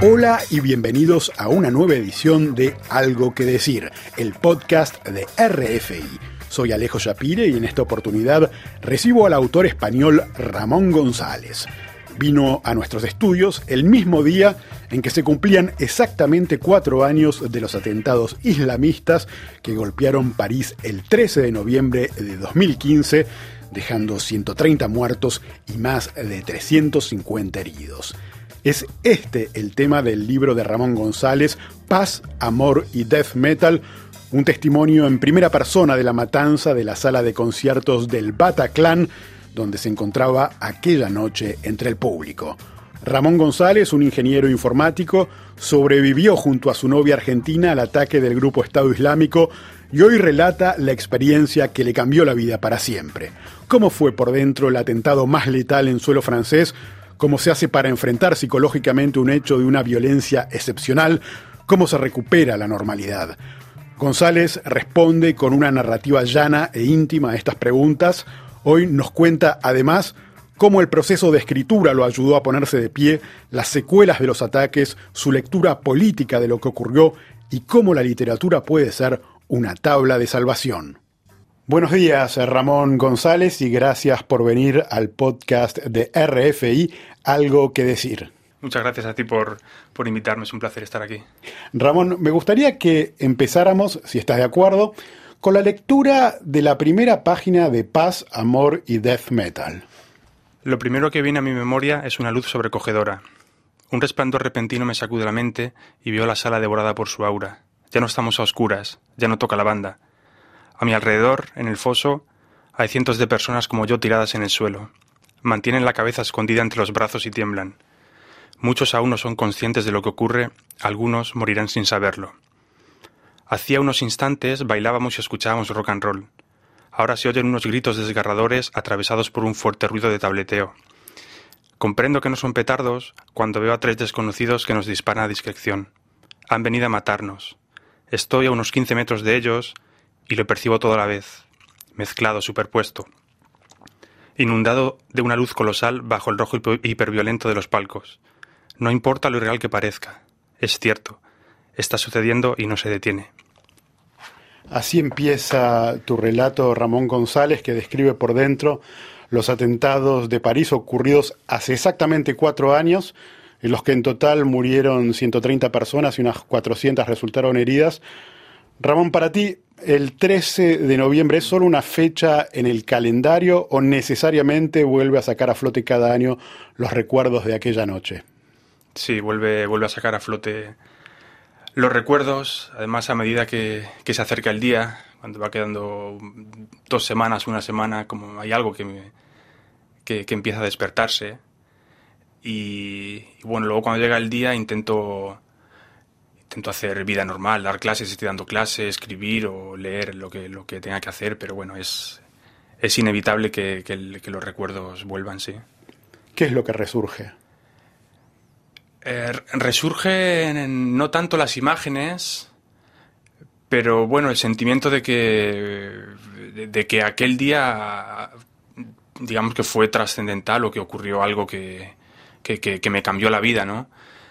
Hola y bienvenidos a una nueva edición de Algo que Decir, el podcast de RFI. Soy Alejo Shapire y en esta oportunidad recibo al autor español Ramón González. Vino a nuestros estudios el mismo día en que se cumplían exactamente 4 años de los atentados islamistas que golpearon París el 13 de noviembre de 2015, dejando 130 muertos y más de 350 heridos. Es este el tema del libro de Ramón González, Paz, Amor y Death Metal, un testimonio en primera persona de la matanza de la sala de conciertos del Bataclan, donde se encontraba aquella noche entre el público. Ramón González, un ingeniero informático, sobrevivió junto a su novia argentina al ataque del grupo Estado Islámico y hoy relata la experiencia que le cambió la vida para siempre. ¿Cómo fue por dentro el atentado más letal en suelo francés? ¿Cómo se hace para enfrentar psicológicamente un hecho de una violencia excepcional? ¿Cómo se recupera la normalidad? González responde con una narrativa llana e íntima a estas preguntas. Hoy nos cuenta además cómo el proceso de escritura lo ayudó a ponerse de pie, las secuelas de los ataques, su lectura política de lo que ocurrió y cómo la literatura puede ser una tabla de salvación. Buenos días, Ramón González, y gracias por venir al podcast de RFI, Algo que Decir. Muchas gracias a ti por invitarme, es un placer estar aquí. Ramón, me gustaría que empezáramos, si estás de acuerdo, con la lectura de la primera página de Paz, Amor y Death Metal. Lo primero que viene a mi memoria es una luz sobrecogedora. Un resplandor repentino me sacude la mente y veo la sala devorada por su aura. Ya no estamos a oscuras, ya no toca la banda. A mi alrededor, en el foso, hay cientos de personas como yo tiradas en el suelo. Mantienen la cabeza escondida entre los brazos y tiemblan. Muchos aún no son conscientes de lo que ocurre, algunos morirán sin saberlo. Hacía unos instantes bailábamos y escuchábamos rock and roll. Ahora se oyen unos gritos desgarradores atravesados por un fuerte ruido de tableteo. Comprendo que no son petardos cuando veo a 3 desconocidos que nos disparan a discreción. Han venido a matarnos. Estoy a unos 15 metros de ellos y lo percibo todo a la vez, mezclado, superpuesto. Inundado de una luz colosal bajo el rojo hiperviolento de los palcos. No importa lo irreal que parezca. Es cierto. Está sucediendo y no se detiene. Así empieza tu relato, Ramón González, que describe por dentro los atentados de París ocurridos hace exactamente 4 años, en los que en total murieron 130 personas y unas 400 resultaron heridas. Ramón, para ti, ¿el 13 de noviembre es solo una fecha en el calendario o necesariamente vuelve a sacar a flote cada año los recuerdos de aquella noche? Sí, vuelve a sacar a flote los recuerdos, además a medida que se acerca el día, cuando va quedando 2 semanas, una semana, como hay algo que empieza a despertarse. Y bueno, luego cuando llega el día intento hacer vida normal, dar clases, estoy dando clases, escribir o leer lo que tenga que hacer, pero bueno, es inevitable que los recuerdos vuelvan, sí. ¿Qué es lo que resurge? Resurgen no tanto las imágenes, pero bueno, el sentimiento de que aquel día, digamos que fue trascendental o que ocurrió algo que me cambió la vida, ¿no?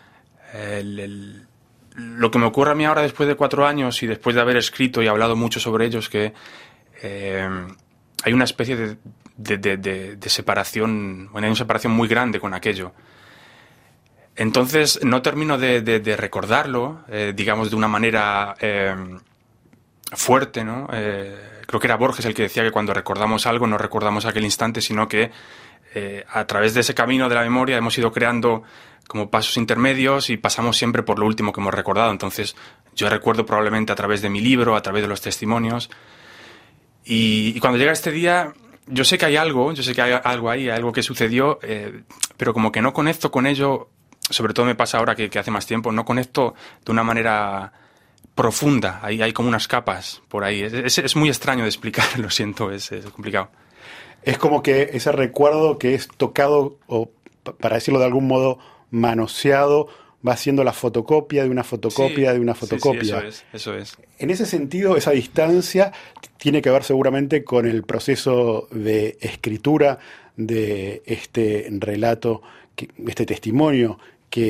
Lo que me ocurre a mí ahora después de 4 años y después de haber escrito y hablado mucho sobre ello es que hay una especie de separación, bueno, hay una separación muy grande con aquello. Entonces no termino de recordarlo, digamos, de una manera fuerte, ¿no? Creo que era Borges el que decía que cuando recordamos algo no recordamos aquel instante, sino que a través de ese camino de la memoria hemos ido creando como pasos intermedios y pasamos siempre por lo último que hemos recordado. Entonces yo recuerdo probablemente a través de mi libro, a través de los testimonios. Y cuando llega este día, yo sé que hay algo ahí, algo que sucedió, pero como que no conecto con ello. Sobre todo me pasa ahora que hace más tiempo, no conecto de una manera profunda, hay como unas capas por ahí. Es muy extraño de explicar, lo siento, es complicado. Es como que ese recuerdo que es tocado, o para decirlo de algún modo, manoseado, va haciendo la fotocopia de una fotocopia de una fotocopia. Sí, eso es. En ese sentido, esa distancia tiene que ver seguramente con el proceso de escritura de este relato, este testimonio que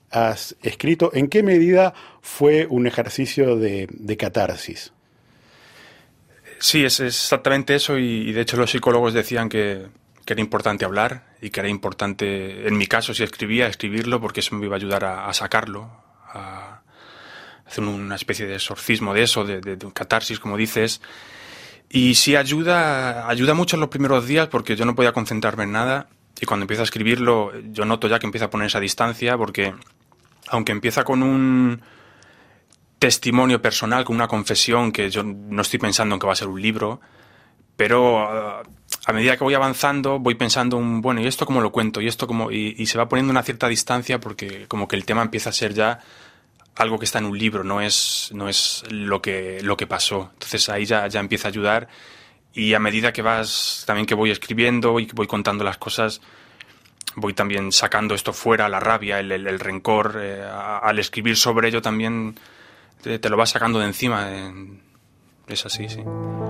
has escrito, ¿en qué medida fue un ejercicio de catarsis? Sí, es exactamente eso y de hecho los psicólogos decían que era importante hablar y que era importante, en mi caso, si escribirlo porque eso me iba a ayudar a sacarlo, a hacer una especie de exorcismo de eso, de catarsis, como dices. Y sí ayuda mucho en los primeros días porque yo no podía concentrarme en nada y cuando empiezo a escribirlo yo noto ya que empieza a poner esa distancia porque aunque empieza con un testimonio personal, con una confesión que yo no estoy pensando en que va a ser un libro, pero a medida que voy avanzando voy pensando bueno, ¿y esto cómo lo cuento? ¿Y esto cómo? Y se va poniendo una cierta distancia porque como que el tema empieza a ser ya algo que está en un libro, no es lo que pasó. Entonces ahí ya empieza a ayudar y a medida que voy escribiendo y voy contando las cosas, voy también sacando esto fuera, la rabia, el rencor, al escribir sobre ello también te lo vas sacando de encima. Es así, sí.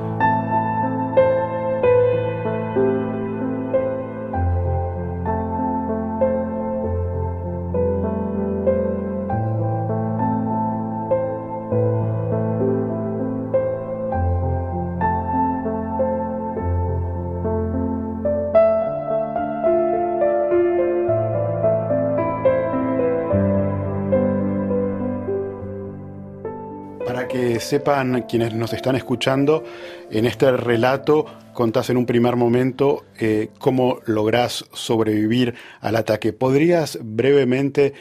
Para que sepan quienes nos están escuchando, en este relato contás en un primer momento cómo lográs sobrevivir al ataque. ¿Podrías brevemente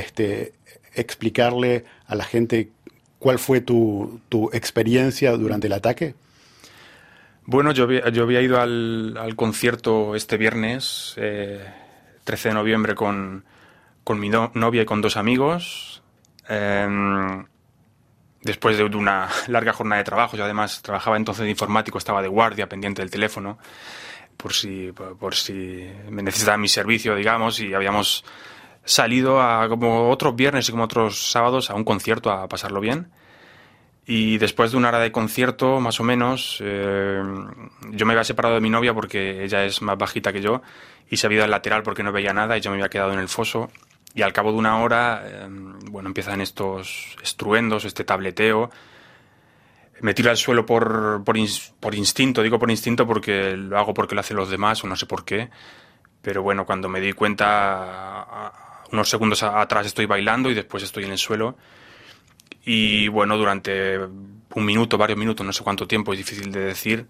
explicarle a la gente cuál fue tu experiencia durante el ataque? Bueno, yo había ido al concierto este viernes, 13 de noviembre, con mi novia y con 2 amigos. Después de una larga jornada de trabajo, yo además trabajaba entonces de informático, estaba de guardia, pendiente del teléfono, por si me necesitaba mi servicio, digamos, y habíamos salido como otros viernes y como otros sábados a un concierto a pasarlo bien. Y después de una hora de concierto, más o menos, yo me había separado de mi novia porque ella es más bajita que yo y se había ido al lateral porque no veía nada y yo me había quedado en el foso. Y al cabo de una hora, empiezan estos estruendos, este tableteo. Me tiro al suelo por instinto, digo por instinto porque lo hago porque lo hacen los demás o no sé por qué. Pero bueno, cuando me di cuenta, unos segundos atrás estoy bailando y después estoy en el suelo. Y bueno, durante un minuto, varios minutos, no sé cuánto tiempo, es difícil de decir,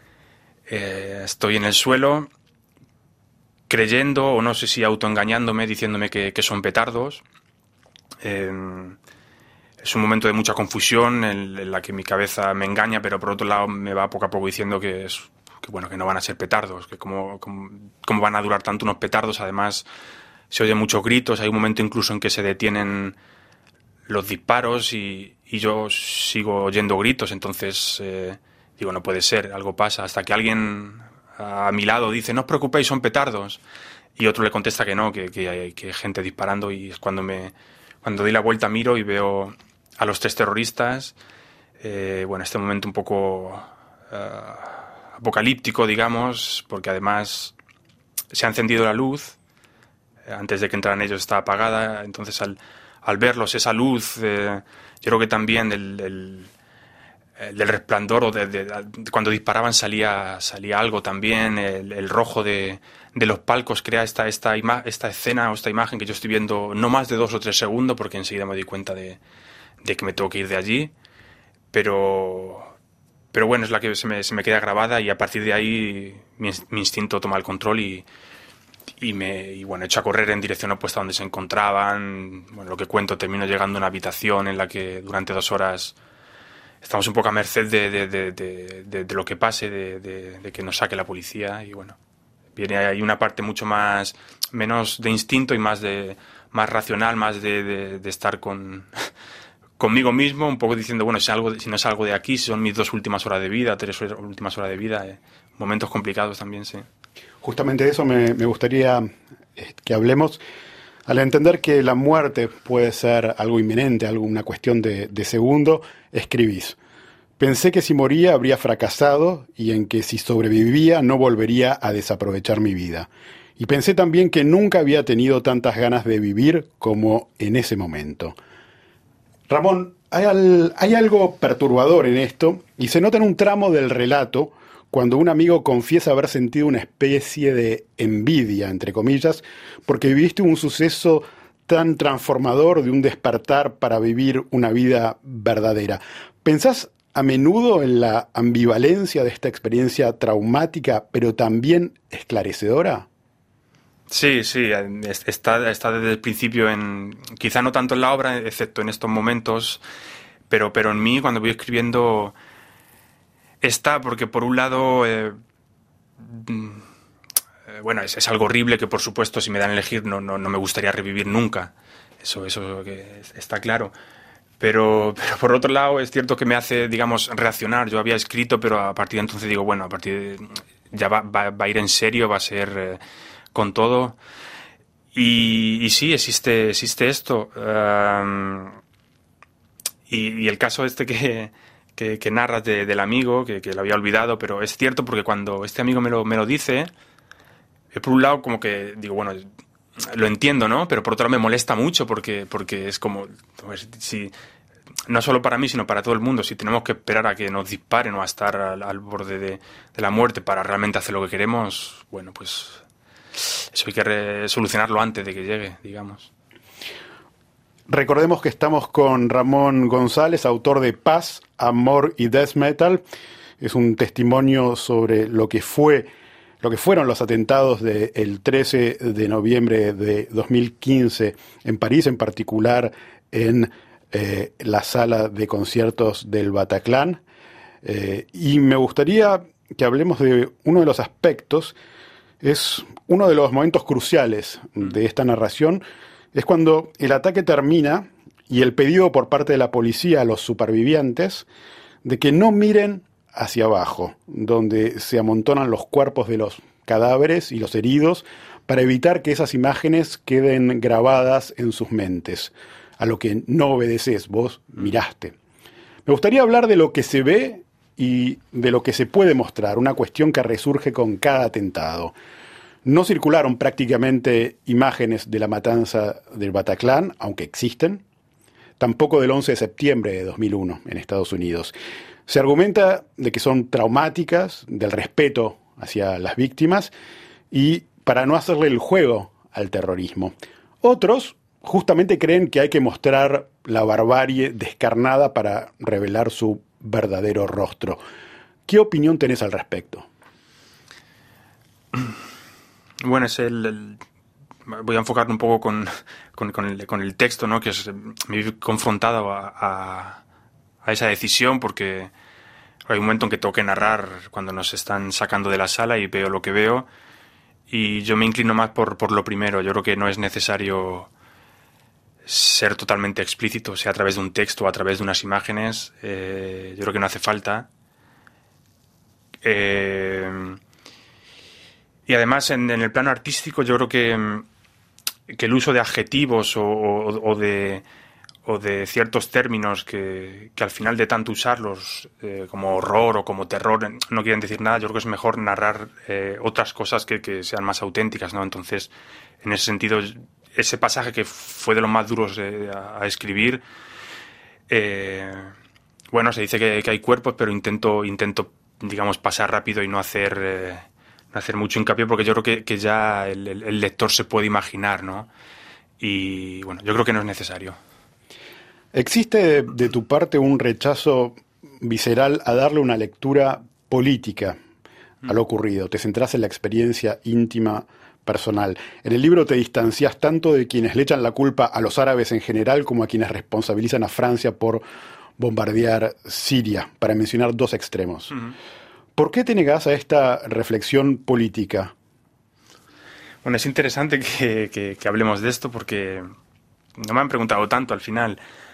estoy en el suelo creyendo, o no sé si autoengañándome, diciéndome que son petardos. Es un momento de mucha confusión en la que mi cabeza me engaña, pero por otro lado me va poco a poco diciendo que no van a ser petardos, que cómo van a durar tanto unos petardos. Además, se oyen muchos gritos, hay un momento incluso en que se detienen los disparos y yo sigo oyendo gritos, entonces digo, no puede ser, algo pasa, hasta que alguien a mi lado dice, no os preocupéis, son petardos, y otro le contesta que no, que hay gente disparando, y es cuando doy la vuelta, miro y veo a los 3 terroristas. Este momento un poco apocalíptico, digamos, porque además se ha encendido la luz, antes de que entraran ellos estaba apagada, entonces al verlos, esa luz, yo creo que también del resplandor o cuando disparaban salía algo también, el rojo de los palcos crea esta escena o esta imagen que yo estoy viendo no más de 2 o 3 segundos porque enseguida me doy cuenta de que me tengo que ir de allí, pero bueno, es la que se me queda grabada y a partir de ahí mi instinto toma el control y echo a correr en dirección opuesta a donde se encontraban. Bueno, lo que cuento, termino llegando a una habitación en la que durante 2 horas estamos un poco a merced de lo que pase, de que nos saque la policía y bueno, viene ahí una parte menos de instinto y más racional, más de estar conmigo mismo, un poco diciendo, bueno, si no es algo de aquí, si son mis 2 últimas horas de vida, 3 últimas horas de vida, momentos complicados también, sí. Justamente de eso me gustaría que hablemos. Al entender que la muerte puede ser algo inminente, una cuestión de segundo, escribís: pensé que si moría habría fracasado y en que si sobrevivía no volvería a desaprovechar mi vida. Y pensé también que nunca había tenido tantas ganas de vivir como en ese momento. Ramón, hay algo perturbador en esto, y se nota en un tramo del relato cuando un amigo confiesa haber sentido una especie de envidia, entre comillas, porque viviste un suceso tan transformador de un despertar para vivir una vida verdadera. ¿Pensás a menudo en la ambivalencia de esta experiencia traumática, pero también esclarecedora? Sí, está desde el principio, quizá no tanto en la obra, excepto en estos momentos, pero en mí, cuando voy escribiendo, está, porque por un lado, bueno, es algo horrible que, por supuesto, si me dan a elegir, no me gustaría revivir nunca. Eso que está claro. Pero por otro lado, es cierto que me hace, digamos, reaccionar. Yo había escrito, pero a partir de entonces digo, bueno, a partir de, ya va a ir en serio, va a ser con todo. Y sí, existe esto. Y el caso este que narras del amigo, que lo había olvidado, pero es cierto porque cuando este amigo me lo dice, por un lado como que digo, bueno, lo entiendo, ¿no? Pero por otro lado me molesta mucho porque es como, pues, si, no solo para mí, sino para todo el mundo, si tenemos que esperar a que nos disparen o a estar al borde de la muerte para realmente hacer lo que queremos, bueno, pues eso hay que solucionarlo antes de que llegue, digamos. Recordemos que estamos con Ramón González, autor de Paz, Amor y Death Metal. Es un testimonio sobre lo que fueron los atentados del 13 de noviembre de 2015 en París, en particular en la sala de conciertos del Bataclan. Y me gustaría que hablemos de uno de los aspectos, es uno de los momentos cruciales de esta narración, es cuando el ataque termina y el pedido por parte de la policía a los supervivientes de que no miren hacia abajo, donde se amontonan los cuerpos de los cadáveres y los heridos, para evitar que esas imágenes queden grabadas en sus mentes, a lo que no obedeces, vos miraste. Me gustaría hablar de lo que se ve y de lo que se puede mostrar, una cuestión que resurge con cada atentado. No circularon prácticamente imágenes de la matanza del Bataclan, aunque existen, tampoco del 11 de septiembre de 2001 en Estados Unidos. Se argumenta de que son traumáticas, del respeto hacia las víctimas y para no hacerle el juego al terrorismo. Otros justamente creen que hay que mostrar la barbarie descarnada para revelar su verdadero rostro. ¿Qué opinión tenés al respecto? Bueno, voy a enfocarme un poco con el texto, ¿no? Que me vi confrontado a esa decisión porque hay un momento en que tengo que narrar cuando nos están sacando de la sala y veo lo que veo y yo me inclino más por lo primero. Yo creo que no es necesario ser totalmente explícito, sea a través de un texto o a través de unas imágenes. Yo creo que no hace falta. Y además en el plano artístico yo creo que el uso de adjetivos o de ciertos términos que al final de tanto usarlos como horror o como terror no quieren decir nada, yo creo que es mejor narrar otras cosas que sean más auténticas, ¿no? Entonces, en ese sentido, ese pasaje que fue de los más duros a escribir, bueno, se dice que hay cuerpos, pero intento digamos, pasar rápido y no hacer mucho hincapié, porque yo creo que ya el lector se puede imaginar, ¿no? Y bueno, yo creo que no es necesario. ¿Existe de tu parte un rechazo visceral a darle una lectura política a lo ocurrido? ¿Te centrás en la experiencia íntima, personal? En el libro te distancias tanto de quienes le echan la culpa a los árabes en general como a quienes responsabilizan a Francia por bombardear Siria, para mencionar dos extremos. Uh-huh. ¿Por qué te negás a esta reflexión política? Bueno, es interesante que hablemos de esto porque no me han preguntado tanto al final.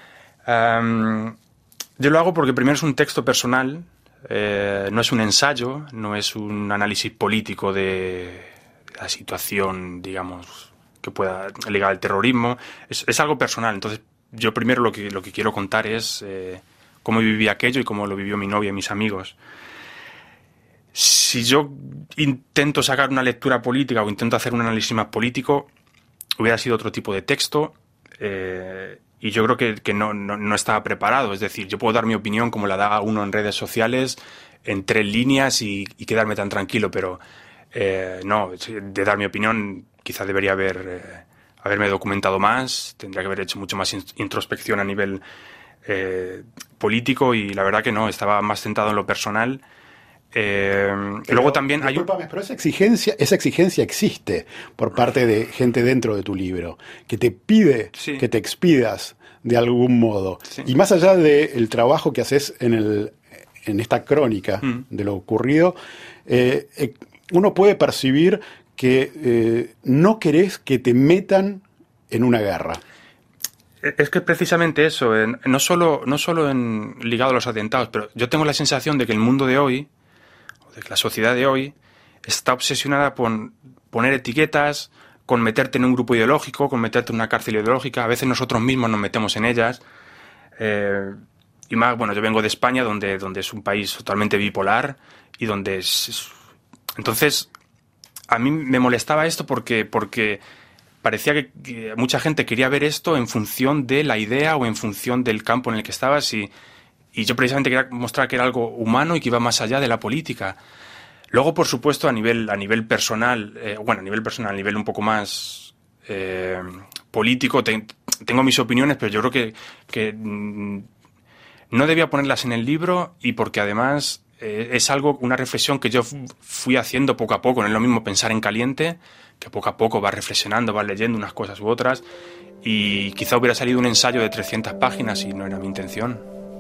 Yo lo hago porque primero es un texto personal, no es un ensayo, no es un análisis político de la situación, digamos, que pueda ligar al terrorismo. Es algo personal. Entonces, yo primero lo que quiero contar es cómo viví aquello y cómo lo vivió mi novia y mis amigos. Si yo intento sacar una lectura política o intento hacer un análisis más político, hubiera sido otro tipo de texto, y yo creo que no estaba preparado. Es decir, yo puedo dar mi opinión como la da uno en redes sociales, en 3 líneas y quedarme tan tranquilo, pero no, de dar mi opinión quizás debería haberme documentado más, tendría que haber hecho mucho más introspección a nivel político, y la verdad que no, estaba más centrado en lo personal. Luego también hay pero esa exigencia existe por parte de gente dentro de tu libro, que te pide que te expidas de algún modo. Sí. Y más allá del trabajo que haces en esta crónica de lo ocurrido, uno puede percibir que no querés que te metan en una guerra. Es que precisamente eso, no solo ligado a los atentados, pero yo tengo la sensación de que el mundo de hoy, de que la sociedad de hoy, está obsesionada con poner etiquetas, con meterte en un grupo ideológico, con meterte en una cárcel ideológica. A veces nosotros mismos nos metemos en ellas. Y más, bueno, yo vengo de España, donde es un país totalmente bipolar, y donde entonces, a mí me molestaba esto porque parecía que mucha gente quería ver esto en función de la idea o en función del campo en el que estabas, y yo precisamente quería mostrar que era algo humano y que iba más allá de la política. Luego, por supuesto, a nivel personal, a nivel un poco más político, tengo mis opiniones, pero yo creo que no debía ponerlas en el libro, y porque además es una reflexión que yo fui haciendo poco a poco. No es lo mismo pensar en caliente, que poco a poco vas reflexionando, vas leyendo unas cosas u otras, y quizá hubiera salido un ensayo de 300 páginas y no era mi intención.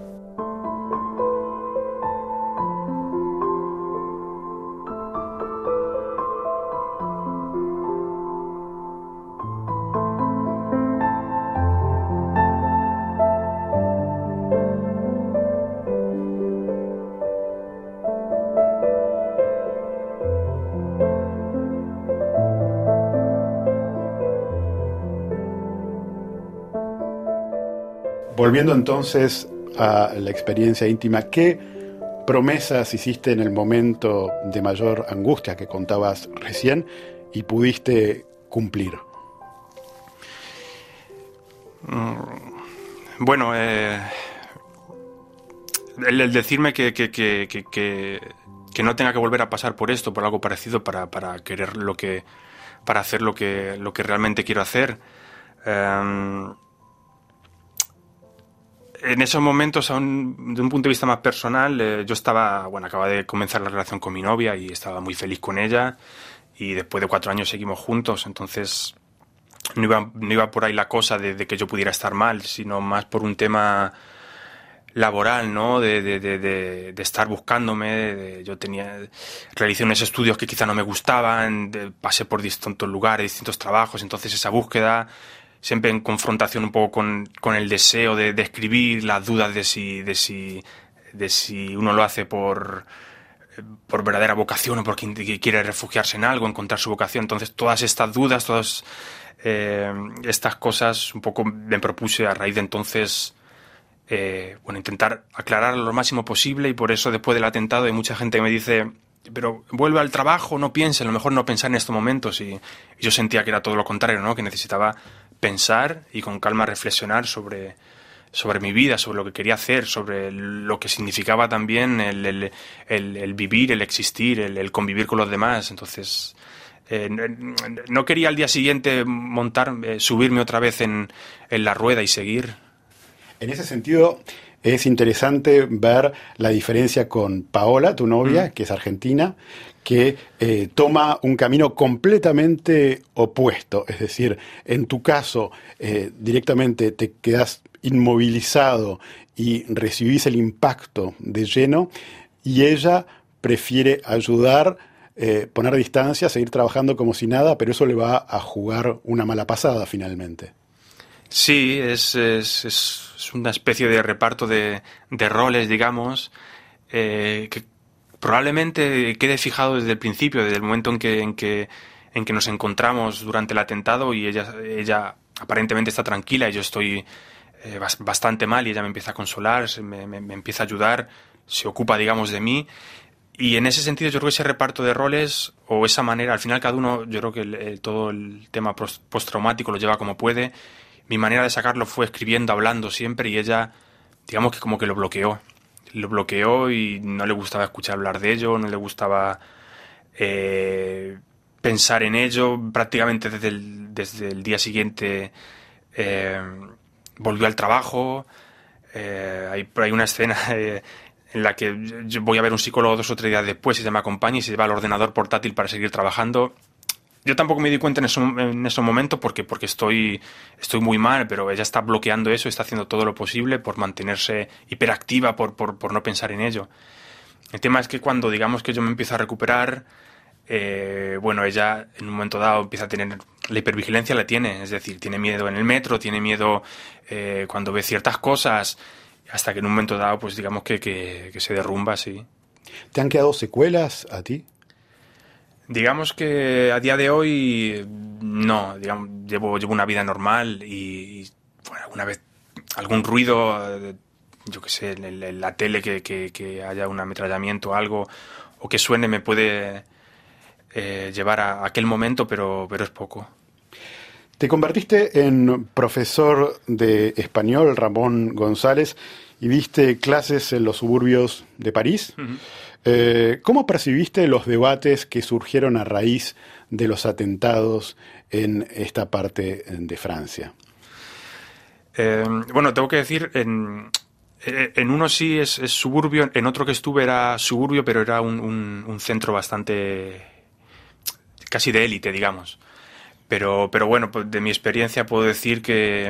Volviendo entonces a la experiencia íntima, ¿qué promesas hiciste en el momento de mayor angustia que contabas recién y pudiste cumplir? Bueno, el decirme que no tenga que volver a pasar por esto, por algo parecido, para querer para hacer lo que realmente quiero hacer. En esos momentos, aún de un punto de vista más personal, yo acababa de comenzar la relación con mi novia y estaba muy feliz con ella, y después de 4 años seguimos juntos. Entonces no iba por ahí la cosa de que yo pudiera estar mal, sino más por un tema laboral, ¿no? De estar buscándome. Realicé unos estudios que quizá no me gustaban, pasé por distintos lugares, distintos trabajos. Entonces esa búsqueda, siempre en confrontación un poco con el deseo de escribir, las dudas de si uno lo hace por verdadera vocación o porque quiere refugiarse en algo, encontrar su vocación. Entonces todas estas dudas, todas estas cosas un poco me propuse a raíz de entonces intentar aclarar lo máximo posible, y por eso después del atentado hay mucha gente que me dice: pero vuelve al trabajo, no piense, a lo mejor no pensar en estos momentos, y yo sentía que era todo lo contrario, ¿no? Que necesitaba pensar y con calma reflexionar sobre mi vida, sobre lo que quería hacer, sobre lo que significaba también el vivir, el existir, el convivir con los demás. Entonces no quería al día siguiente subirme otra vez en la rueda y seguir. En ese sentido, es interesante ver la diferencia con Paola, tu novia, que es argentina, que toma un camino completamente opuesto. Es decir, en tu caso, directamente te quedas inmovilizado y recibís el impacto de lleno, y ella prefiere ayudar, poner distancia, seguir trabajando como si nada, pero eso le va a jugar una mala pasada finalmente. Sí, es una especie de reparto de roles, digamos, que probablemente quede fijado desde el principio, desde el momento en que nos encontramos durante el atentado, y ella aparentemente está tranquila y yo estoy bastante mal, y ella me empieza a consolar, me empieza a ayudar, se ocupa, digamos, de mí. Y en ese sentido yo creo que ese reparto de roles o esa manera, al final cada uno, yo creo que todo el tema postraumático lo lleva como puede. Mi manera de sacarlo fue escribiendo, hablando siempre, y ella, digamos que como que lo bloqueó. Lo bloqueó y no le gustaba escuchar hablar de ello, no le gustaba pensar en ello. Prácticamente desde el día siguiente volvió al trabajo. Hay una escena en la que yo voy a ver un psicólogo 2 o 3 días después y se me acompaña y se lleva al ordenador portátil para seguir trabajando. Yo tampoco me di cuenta en esos momentos porque estoy muy mal, pero ella está bloqueando eso, está haciendo todo lo posible por mantenerse hiperactiva, por no pensar en ello. El tema es que cuando digamos que yo me empiezo a recuperar, ella en un momento dado empieza a tener... La hipervigilancia la tiene, es decir, tiene miedo en el metro, tiene miedo cuando ve ciertas cosas, hasta que en un momento dado, pues digamos que se derrumba, sí. ¿Te han quedado secuelas a ti? Digamos que a día de hoy no, digamos, llevo una vida normal y bueno, alguna vez algún ruido, yo qué sé, en la tele que haya un ametrallamiento o algo, o que suene me puede llevar a aquel momento, pero es poco. Te convertiste en profesor de español, Ramón González, y diste clases en los suburbios de París. Uh-huh. ¿Cómo percibiste los debates que surgieron a raíz de los atentados en esta parte de Francia? Tengo que decir, en uno sí es suburbio, en otro que estuve era suburbio, pero era un centro bastante casi de élite, digamos. Pero bueno, pues de mi experiencia puedo decir que...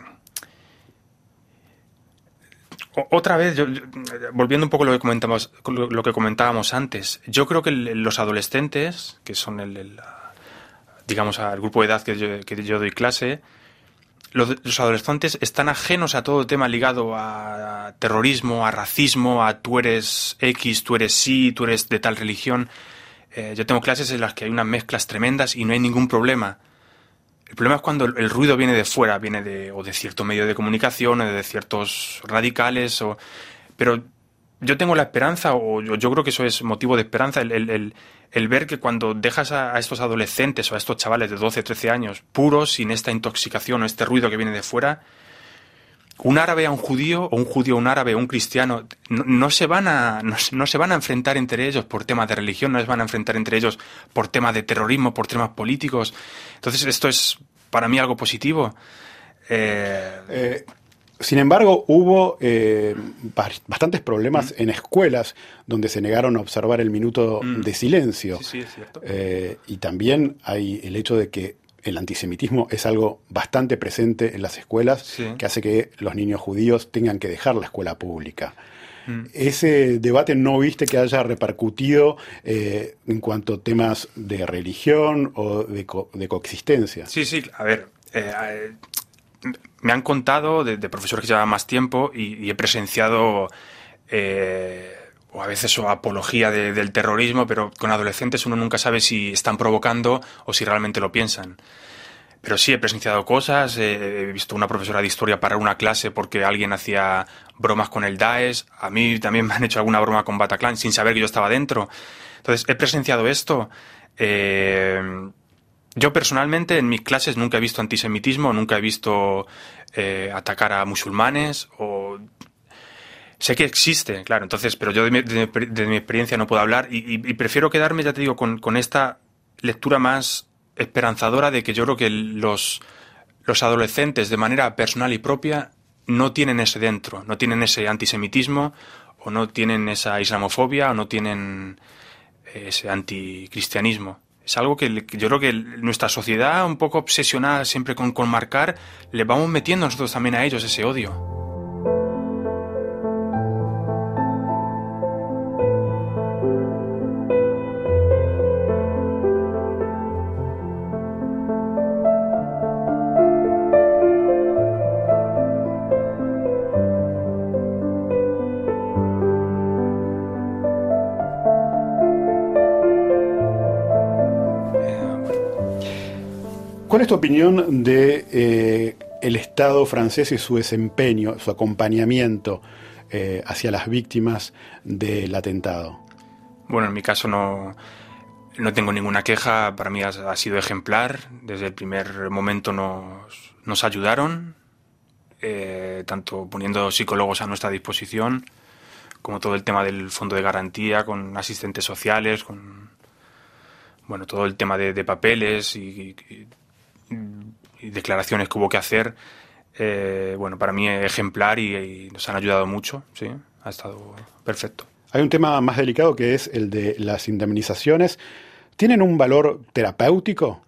Otra vez, volviendo un poco a lo que comentábamos antes, yo creo que los adolescentes, que son digamos, al grupo de edad que yo doy clase, los adolescentes están ajenos a todo tema ligado a terrorismo, a racismo, a tú eres X, tú eres Y, tú eres de tal religión. Yo tengo clases en las que hay unas mezclas tremendas y no hay ningún problema. El problema es cuando el ruido viene de fuera, viene de cierto medio de comunicación, o de ciertos radicales, pero yo tengo la esperanza, o yo creo que eso es motivo de esperanza, el ver que cuando dejas a estos adolescentes o a estos chavales de 12, 13 años puros, sin esta intoxicación o este ruido que viene de fuera, un árabe a un judío, o un judío a un árabe, o un cristiano, no se van a enfrentar entre ellos por temas de religión, no se van a enfrentar entre ellos por temas de terrorismo, por temas políticos. Entonces esto es para mí algo positivo. Sin embargo, hubo bastantes problemas en escuelas donde se negaron a observar el minuto de silencio. Sí, es cierto. Y también hay el hecho de que el antisemitismo es algo bastante presente en las escuelas, sí, que hace que los niños judíos tengan que dejar la escuela pública. ¿Ese debate no viste que haya repercutido en cuanto a temas de religión o de coexistencia? Sí, a ver, me han contado de profesores que llevan más tiempo y he presenciado o a veces apología del terrorismo, pero con adolescentes uno nunca sabe si están provocando o si realmente lo piensan. Pero sí, he presenciado cosas, he visto una profesora de historia parar una clase porque alguien hacía bromas con el Daesh, a mí también me han hecho alguna broma con Bataclan sin saber que yo estaba dentro. Entonces, he presenciado esto. Yo personalmente en mis clases nunca he visto antisemitismo, nunca he visto atacar a musulmanes o... Sé que existe, claro, entonces, pero yo de mi experiencia no puedo hablar y prefiero quedarme, ya te digo, con esta lectura más esperanzadora de que yo creo que los adolescentes de manera personal y propia no tienen ese dentro, no tienen ese antisemitismo o no tienen esa islamofobia o no tienen ese anticristianismo. Es algo que yo creo que nuestra sociedad, un poco obsesionada siempre con marcar, le vamos metiendo nosotros también a ellos ese odio. ¿Cuál es tu opinión de el Estado francés y su desempeño, su acompañamiento hacia las víctimas del atentado? Bueno, en mi caso no tengo ninguna queja. Para mí ha sido ejemplar. Desde el primer momento nos ayudaron, tanto poniendo psicólogos a nuestra disposición, como todo el tema del fondo de garantía, con asistentes sociales, con todo el tema de papeles y declaraciones que hubo que hacer. Para mí ejemplar y nos han ayudado mucho, sí, ha estado perfecto. Hay un tema más delicado que es el de las indemnizaciones. ¿Tienen un valor terapéutico?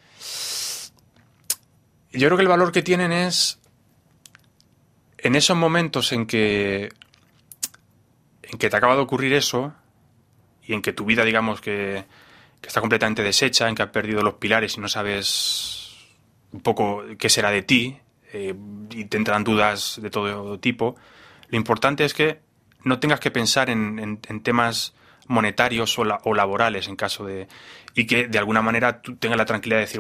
Yo creo que el valor que tienen es en esos momentos en que te acaba de ocurrir eso y en que tu vida, digamos, que está completamente deshecha, en que has perdido los pilares y no sabes un poco qué será de ti, y te entran dudas de todo tipo. Lo importante es que no tengas que pensar en temas monetarios o laborales en caso de... Y que de alguna manera tú tengas la tranquilidad de decir,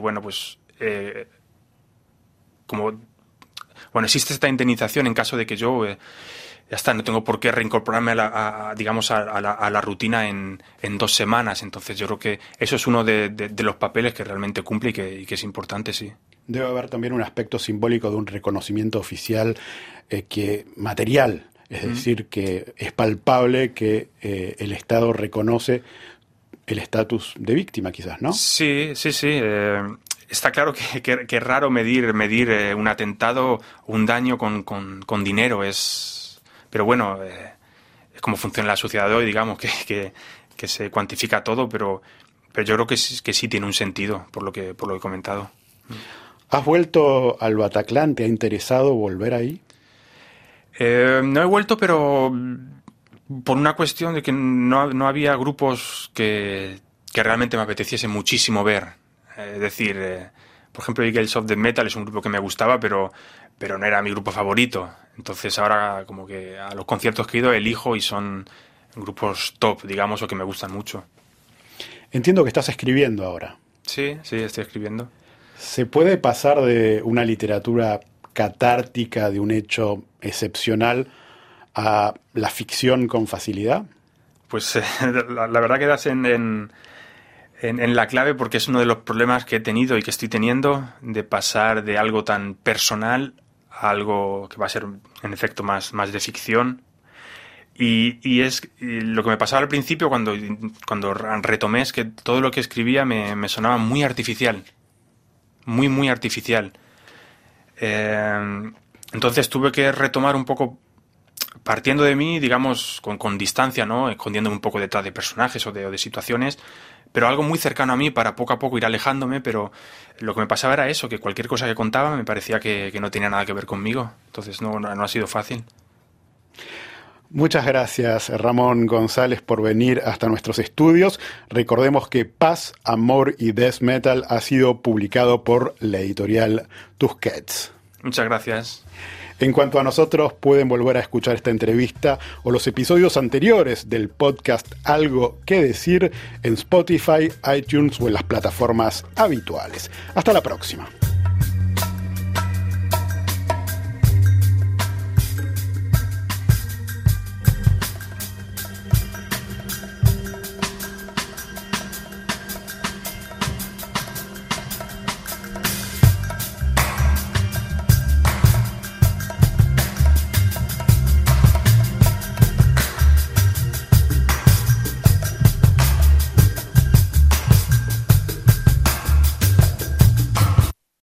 existe esta indemnización en caso de que yo... ya está, no tengo por qué reincorporarme a la rutina en 2 semanas. Entonces yo creo que eso es uno de los papeles que realmente cumple y que es importante, sí. Debe haber también un aspecto simbólico de un reconocimiento oficial material. Es decir, que es palpable que el Estado reconoce el estatus de víctima, quizás, ¿no? Sí. Está claro que es raro medir un atentado o un daño con dinero. Pero bueno, es como funciona la sociedad de hoy, digamos, que se cuantifica todo, pero yo creo que sí tiene un sentido, por lo que he comentado. ¿Has vuelto al Bataclan? ¿Te ha interesado volver ahí? No he vuelto, pero por una cuestión de que no había grupos que realmente me apeteciese muchísimo ver. Es decir, por ejemplo, Eagles of the Metal es un grupo que me gustaba, pero no era mi grupo favorito. Entonces ahora como que a los conciertos que he ido elijo y son grupos top, digamos, o que me gustan mucho. Entiendo que estás escribiendo ahora. Sí, estoy escribiendo. ¿Se puede pasar de una literatura catártica de un hecho excepcional a la ficción con facilidad? Pues la verdad que das en la clave, porque es uno de los problemas que he tenido y que estoy teniendo, de pasar de algo tan personal a algo que va a ser en efecto más de ficción. Y es lo que me pasaba al principio cuando retomé, es que todo lo que escribía me sonaba muy artificial, muy artificial. Entonces tuve que retomar un poco, partiendo de mí, digamos, con distancia, ¿no? Escondiéndome un poco detrás de personajes o de situaciones, pero algo muy cercano a mí para poco a poco ir alejándome. Pero lo que me pasaba era eso, que cualquier cosa que contaba me parecía que no tenía nada que ver conmigo. Entonces no ha sido fácil. Muchas gracias, Ramón González, por venir hasta nuestros estudios. Recordemos que Paz, Amor y Death Metal ha sido publicado por la editorial Tusquets. Muchas gracias. En cuanto a nosotros, pueden volver a escuchar esta entrevista o los episodios anteriores del podcast Algo que Decir en Spotify, iTunes o en las plataformas habituales. Hasta la próxima.